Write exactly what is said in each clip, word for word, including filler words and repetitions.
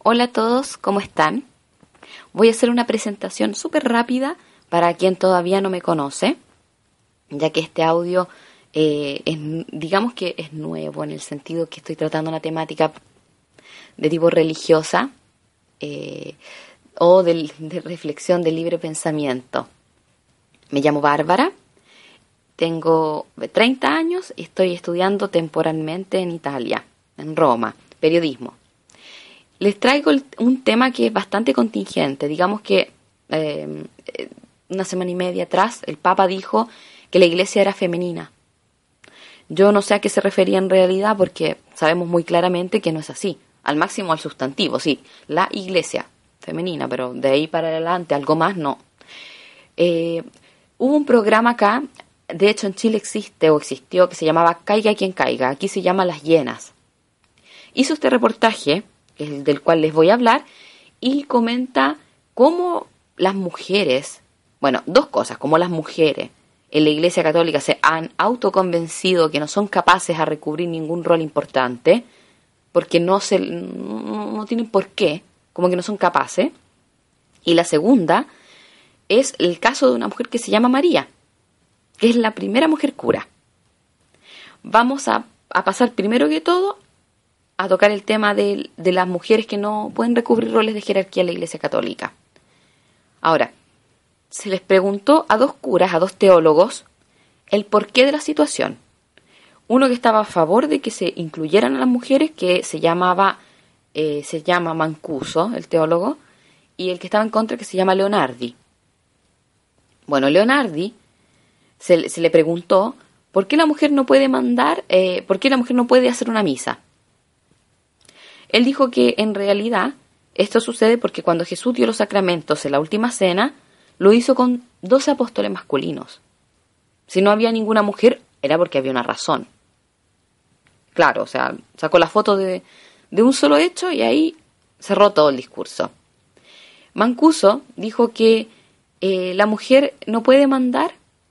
Hola a todos, ¿cómo están? Voy a hacer una presentación súper rápida para quien todavía no me conoce, ya que este audio, eh, es, digamos que es nuevo en el sentido que estoy tratando una temática de tipo religiosa eh, o de, de reflexión de libre pensamiento. Me llamo Bárbara, tengo treinta años y estoy estudiando temporalmente en Italia, en Roma, periodismo. Les traigo un tema que es bastante contingente. Digamos que eh, una semana y media atrás el Papa dijo que la iglesia era femenina. Yo no sé a qué se refería en realidad porque sabemos muy claramente que no es así. Al máximo al sustantivo, sí, la iglesia femenina, pero de ahí para adelante algo más no. Eh, hubo un programa acá, de hecho en Chile existe o existió, que se llamaba Caiga quien caiga. Aquí se llama Las Llenas. Hizo este reportaje, que es el del cual les voy a hablar, y comenta cómo las mujeres, bueno, dos cosas, cómo las mujeres en la Iglesia Católica se han autoconvencido que no son capaces a recubrir ningún rol importante, porque no, se, no, no tienen por qué, como que no son capaces. Y la segunda es el caso de una mujer que se llama María, que es la primera mujer cura. Vamos a, a pasar primero que todo a tocar el tema de, de las mujeres que no pueden recubrir roles de jerarquía en la Iglesia Católica. Ahora, se les preguntó a dos curas, a dos teólogos, el porqué de la situación. Uno que estaba a favor de que se incluyeran a las mujeres, que se llamaba, eh, se llama Mancuso, el teólogo, y el que estaba en contra, que se llama Leonardi. Bueno, Leonardi se, se le preguntó por qué la mujer no puede mandar, eh, por qué la mujer no puede hacer una misa. Él dijo que en realidad esto sucede porque cuando Jesús dio los sacramentos en la última cena, lo hizo con doce apóstoles masculinos. Si no había ninguna mujer, era porque había una razón. Claro, o sea, sacó la foto de, de un solo hecho y ahí cerró todo el discurso. Mancuso dijo que eh, la mujer no puede mandar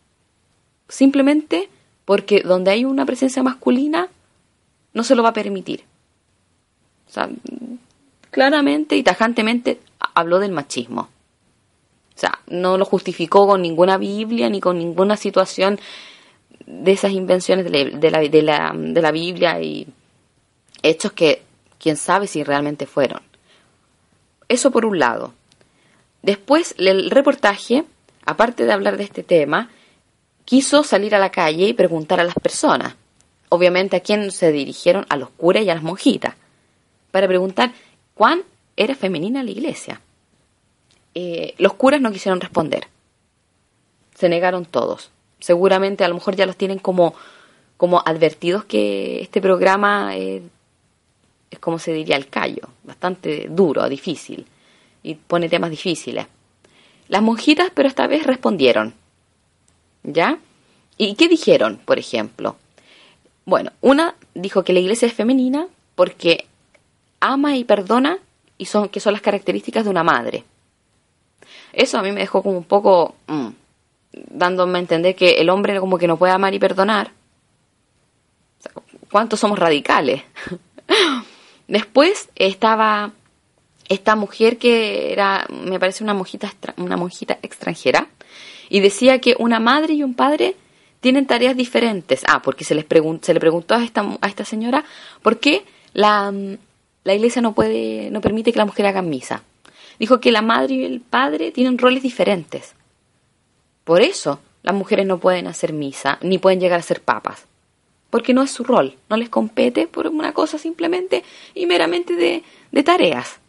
simplemente porque donde hay una presencia masculina no se lo va a permitir. O sea, claramente y tajantemente habló del machismo. O sea, no lo justificó con ninguna Biblia ni con ninguna situación de esas invenciones de la, de la, de la, de la Biblia y hechos que quién sabe si realmente fueron. Eso por un lado. Después, el reportaje, aparte de hablar de este tema, quiso salir a la calle y preguntar a las personas. Obviamente, ¿a quién se dirigieron? A los curas y a las monjitas, para preguntar cuán era femenina la iglesia. Eh, los curas no quisieron responder. Se negaron todos. Seguramente a lo mejor ya los tienen como, como advertidos que este programa eh, es como se diría el callo, bastante duro, difícil, y pone temas difíciles. Las monjitas, pero esta vez respondieron. ¿Ya? ¿Y qué dijeron, por ejemplo? Bueno, una dijo que la iglesia es femenina porque ama y perdona, y son que son las características de una madre. Eso a mí me dejó como un poco mmm, dándome a entender que el hombre como que no puede amar y perdonar. O sea, ¿cuántos somos radicales? Después estaba esta mujer que era, me parece una monjita, una monjita extranjera, y decía que una madre y un padre tienen tareas diferentes. Ah, porque se les pregun- se le preguntó a esta, a esta señora por qué la La iglesia no puede, no permite que la mujer haga misa. Dijo que la madre y el padre tienen roles diferentes. Por eso las mujeres no pueden hacer misa, ni pueden llegar a ser papas. Porque no es su rol, no les compete por una cosa simplemente y meramente de, de tareas.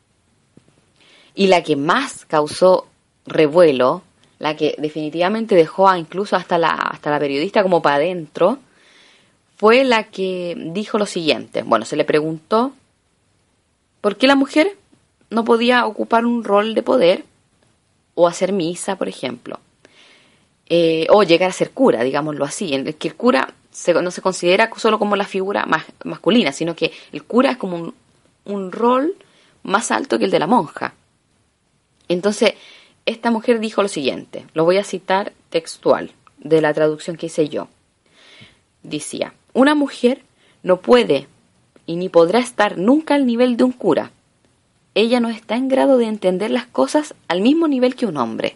Y la que más causó revuelo, la que definitivamente dejó a incluso hasta la, hasta la periodista como para adentro, fue la que dijo lo siguiente. Bueno, se le preguntó ¿por qué la mujer no podía ocupar un rol de poder o hacer misa, por ejemplo? Eh, o llegar a ser cura, digámoslo así. En el que el cura se, no se considera solo como la figura más, masculina, sino que el cura es como un, un rol más alto que el de la monja. Entonces, esta mujer dijo lo siguiente, lo voy a citar textual de la traducción que hice yo. Decía, una mujer no puede y ni podrá estar nunca al nivel de un cura, ella no está en grado de entender las cosas al mismo nivel que un hombre.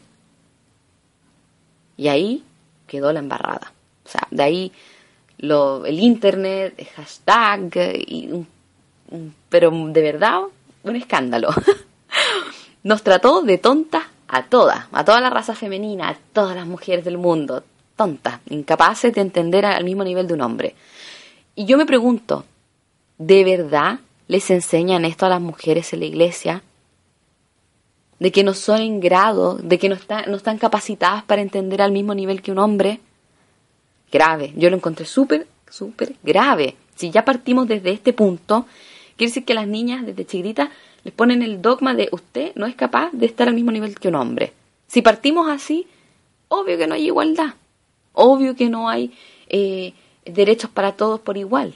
Y ahí quedó la embarrada. O sea, de ahí lo, el internet, el hashtag, y un, un, pero de verdad, un escándalo. Nos trató de tontas a todas, a toda la raza femenina, a todas las mujeres del mundo, tontas, incapaces de entender al mismo nivel de un hombre. Y yo me pregunto, ¿de verdad les enseñan esto a las mujeres en la iglesia? ¿De que no son en grado, de que no, está, no están capacitadas para entender al mismo nivel que un hombre? Grave, yo lo encontré súper, súper grave. Si ya partimos desde este punto, quiere decir que las niñas desde chiquititas les ponen el dogma de usted no es capaz de estar al mismo nivel que un hombre. Si partimos así, obvio que no hay igualdad. Obvio que no hay eh, derechos para todos por igual.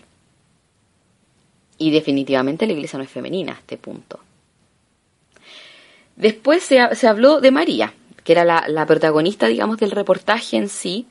Y definitivamente la iglesia no es femenina a este punto. Después se, se habló de María, que era la, la protagonista, digamos, del reportaje en sí,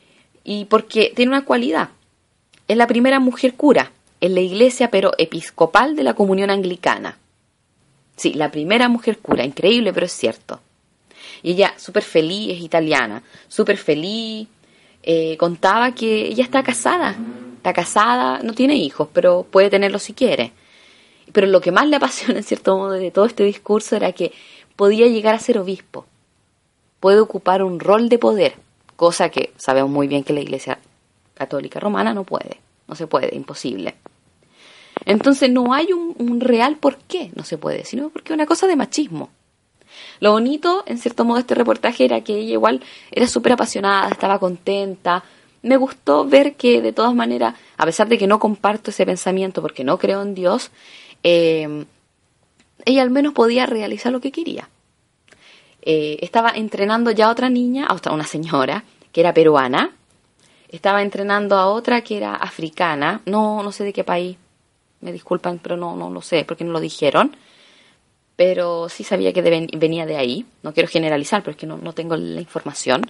y porque tiene una cualidad. Es la primera mujer cura en la iglesia, pero episcopal de la Comunión Anglicana. Sí, la primera mujer cura, increíble, pero es cierto. Y ella, súper feliz, es italiana, súper feliz, eh, contaba que ella está casada, está casada, no tiene hijos, pero puede tenerlos si quiere. Pero lo que más le apasiona, en cierto modo, de todo este discurso era que podía llegar a ser obispo, puede ocupar un rol de poder, cosa que sabemos muy bien que la Iglesia Católica Romana no puede, no se puede, imposible. Entonces no hay un, un real por qué no se puede, sino porque es una cosa de machismo. Lo bonito, en cierto modo, de este reportaje era que ella igual era súper apasionada, estaba contenta. Me gustó ver que, de todas maneras, a pesar de que no comparto ese pensamiento porque no creo en Dios, eh, ella al menos podía realizar lo que quería. Eh, estaba entrenando ya a otra niña, a otra, una señora, que era peruana. Estaba entrenando a otra que era africana. No, no sé de qué país. Me disculpan, pero no, no lo sé, porque no lo dijeron. Pero sí sabía que de, venía de ahí. No quiero generalizar, pero es que no, no tengo la información.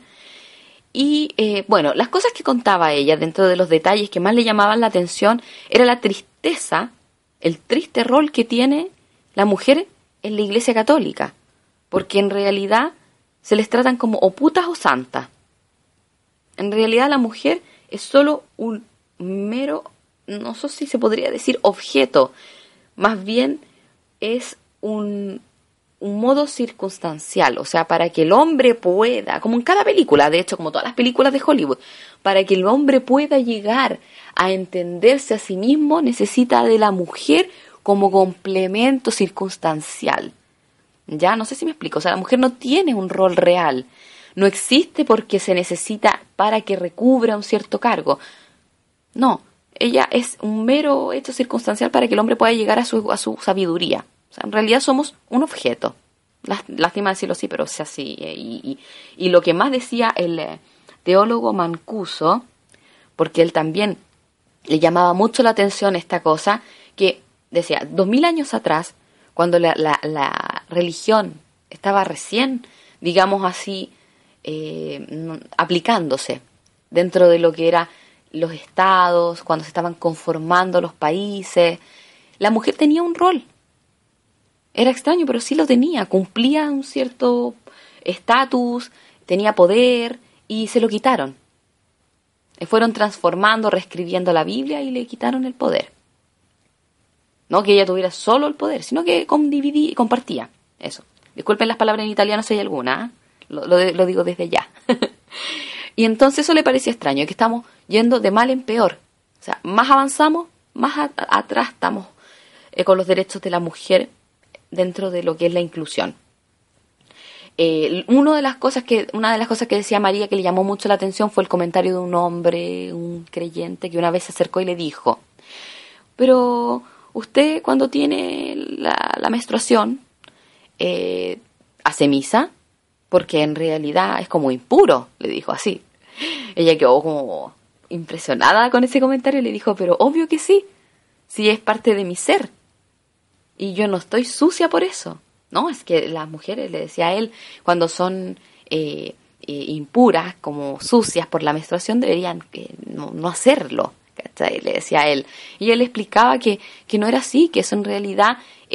Y, eh, bueno, las cosas que contaba ella, dentro de los detalles que más le llamaban la atención, era la tristeza, el triste rol que tiene la mujer en la Iglesia Católica. Porque en realidad se les tratan como o putas o santas. En realidad la mujer es solo un mero, no sé si se podría decir objeto, más bien es un, un modo circunstancial, o sea, para que el hombre pueda, como en cada película, de hecho, como todas las películas de Hollywood, para que el hombre pueda llegar a entenderse a sí mismo, necesita de la mujer como complemento circunstancial. Ya, no sé si me explico, o sea, la mujer no tiene un rol real, no existe porque se necesita para que recubra un cierto cargo. No, ella es un mero hecho circunstancial para que el hombre pueda llegar a su, a su sabiduría. O sea, en realidad somos un objeto. Lástima decirlo así, pero o sea, sí. Y, y, y lo que más decía el eh, teólogo Mancuso, porque él también le llamaba mucho la atención esta cosa, que decía, dos mil años atrás, cuando la, la, la religión estaba recién, digamos así, eh, aplicándose dentro de lo que eran los estados, cuando se estaban conformando los países, la mujer tenía un rol. Era extraño, pero sí lo tenía, cumplía un cierto estatus, tenía poder y se lo quitaron. Fueron transformando, reescribiendo la Biblia y le quitaron el poder. No que ella tuviera solo el poder, sino que condividía, compartía. Eso. Disculpen las palabras en italiano si hay alguna, ¿eh? lo, lo, lo digo desde ya. Y entonces eso le parecía extraño, que estamos yendo de mal en peor. O sea, más avanzamos, más a, a, atrás estamos eh, con los derechos de la mujer dentro de lo que es la inclusión. Eh, uno de las cosas que, una de las cosas que decía María que le llamó mucho la atención fue el comentario de un hombre, un creyente, que una vez se acercó y le dijo, pero usted cuando tiene la, la menstruación eh, hace misa, porque en realidad es como impuro, le dijo así. Ella quedó como impresionada con ese comentario y le dijo, pero obvio que sí, sí es parte de mi ser. Y yo no estoy sucia por eso. No, es que las mujeres, le decía a él, cuando son eh, eh, impuras, como sucias por la menstruación, deberían eh, no, no hacerlo. ¿Cachai? Le decía a él. Y él explicaba que, que no era así, que eso en realidad es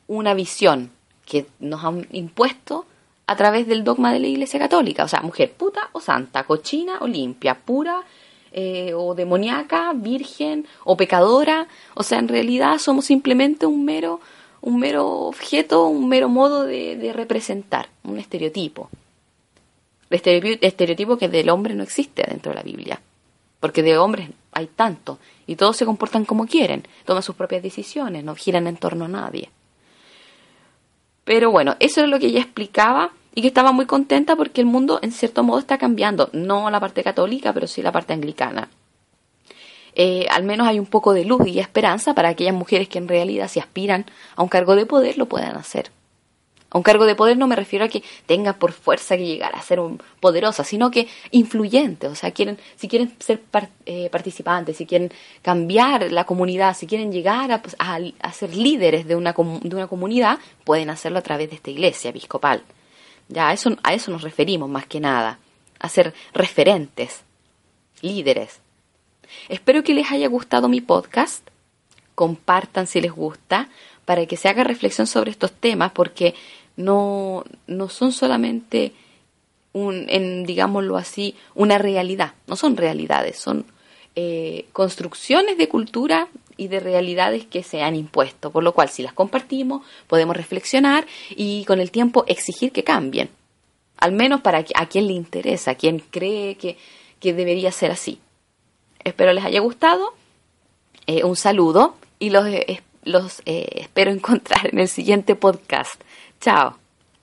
una visión que nos han impuesto a través del dogma de la Iglesia Católica. O sea, mujer puta o santa, cochina o limpia, pura eh, o demoníaca, virgen o pecadora. O sea, en realidad somos simplemente un mero, un mero objeto, un mero modo de, de representar, un estereotipo. El estereotipo, estereotipo que del hombre no existe dentro de la Biblia. Porque de hombres hay tanto y todos se comportan como quieren, toman sus propias decisiones, no giran en torno a nadie. Pero bueno, eso es lo que ella explicaba y que estaba muy contenta porque el mundo en cierto modo está cambiando, no la parte católica, pero sí la parte anglicana. Eh, al menos hay un poco de luz y esperanza para aquellas mujeres que en realidad si aspiran a un cargo de poder lo puedan hacer. A un cargo de poder no me refiero a que tenga por fuerza que llegar a ser un poderosa, sino que influyente. O sea, quieren, si quieren ser par, eh, participantes, si quieren cambiar la comunidad, si quieren llegar a, pues, a, a ser líderes de una, de una comunidad, pueden hacerlo a través de esta iglesia episcopal. Ya, a eso, a eso nos referimos más que nada, a ser referentes, líderes. Espero que les haya gustado mi podcast. Compartan si les gusta, para que se haga reflexión sobre estos temas, porque no, no son solamente, un, en, digámoslo así, una realidad. No son realidades, son eh, construcciones de cultura y de realidades que se han impuesto. Por lo cual, si las compartimos, podemos reflexionar y con el tiempo exigir que cambien. Al menos para a quien le interesa, a quien cree que, que debería ser así. Espero les haya gustado. Eh, un saludo y los, eh, los eh, espero encontrar en el siguiente podcast. Chao.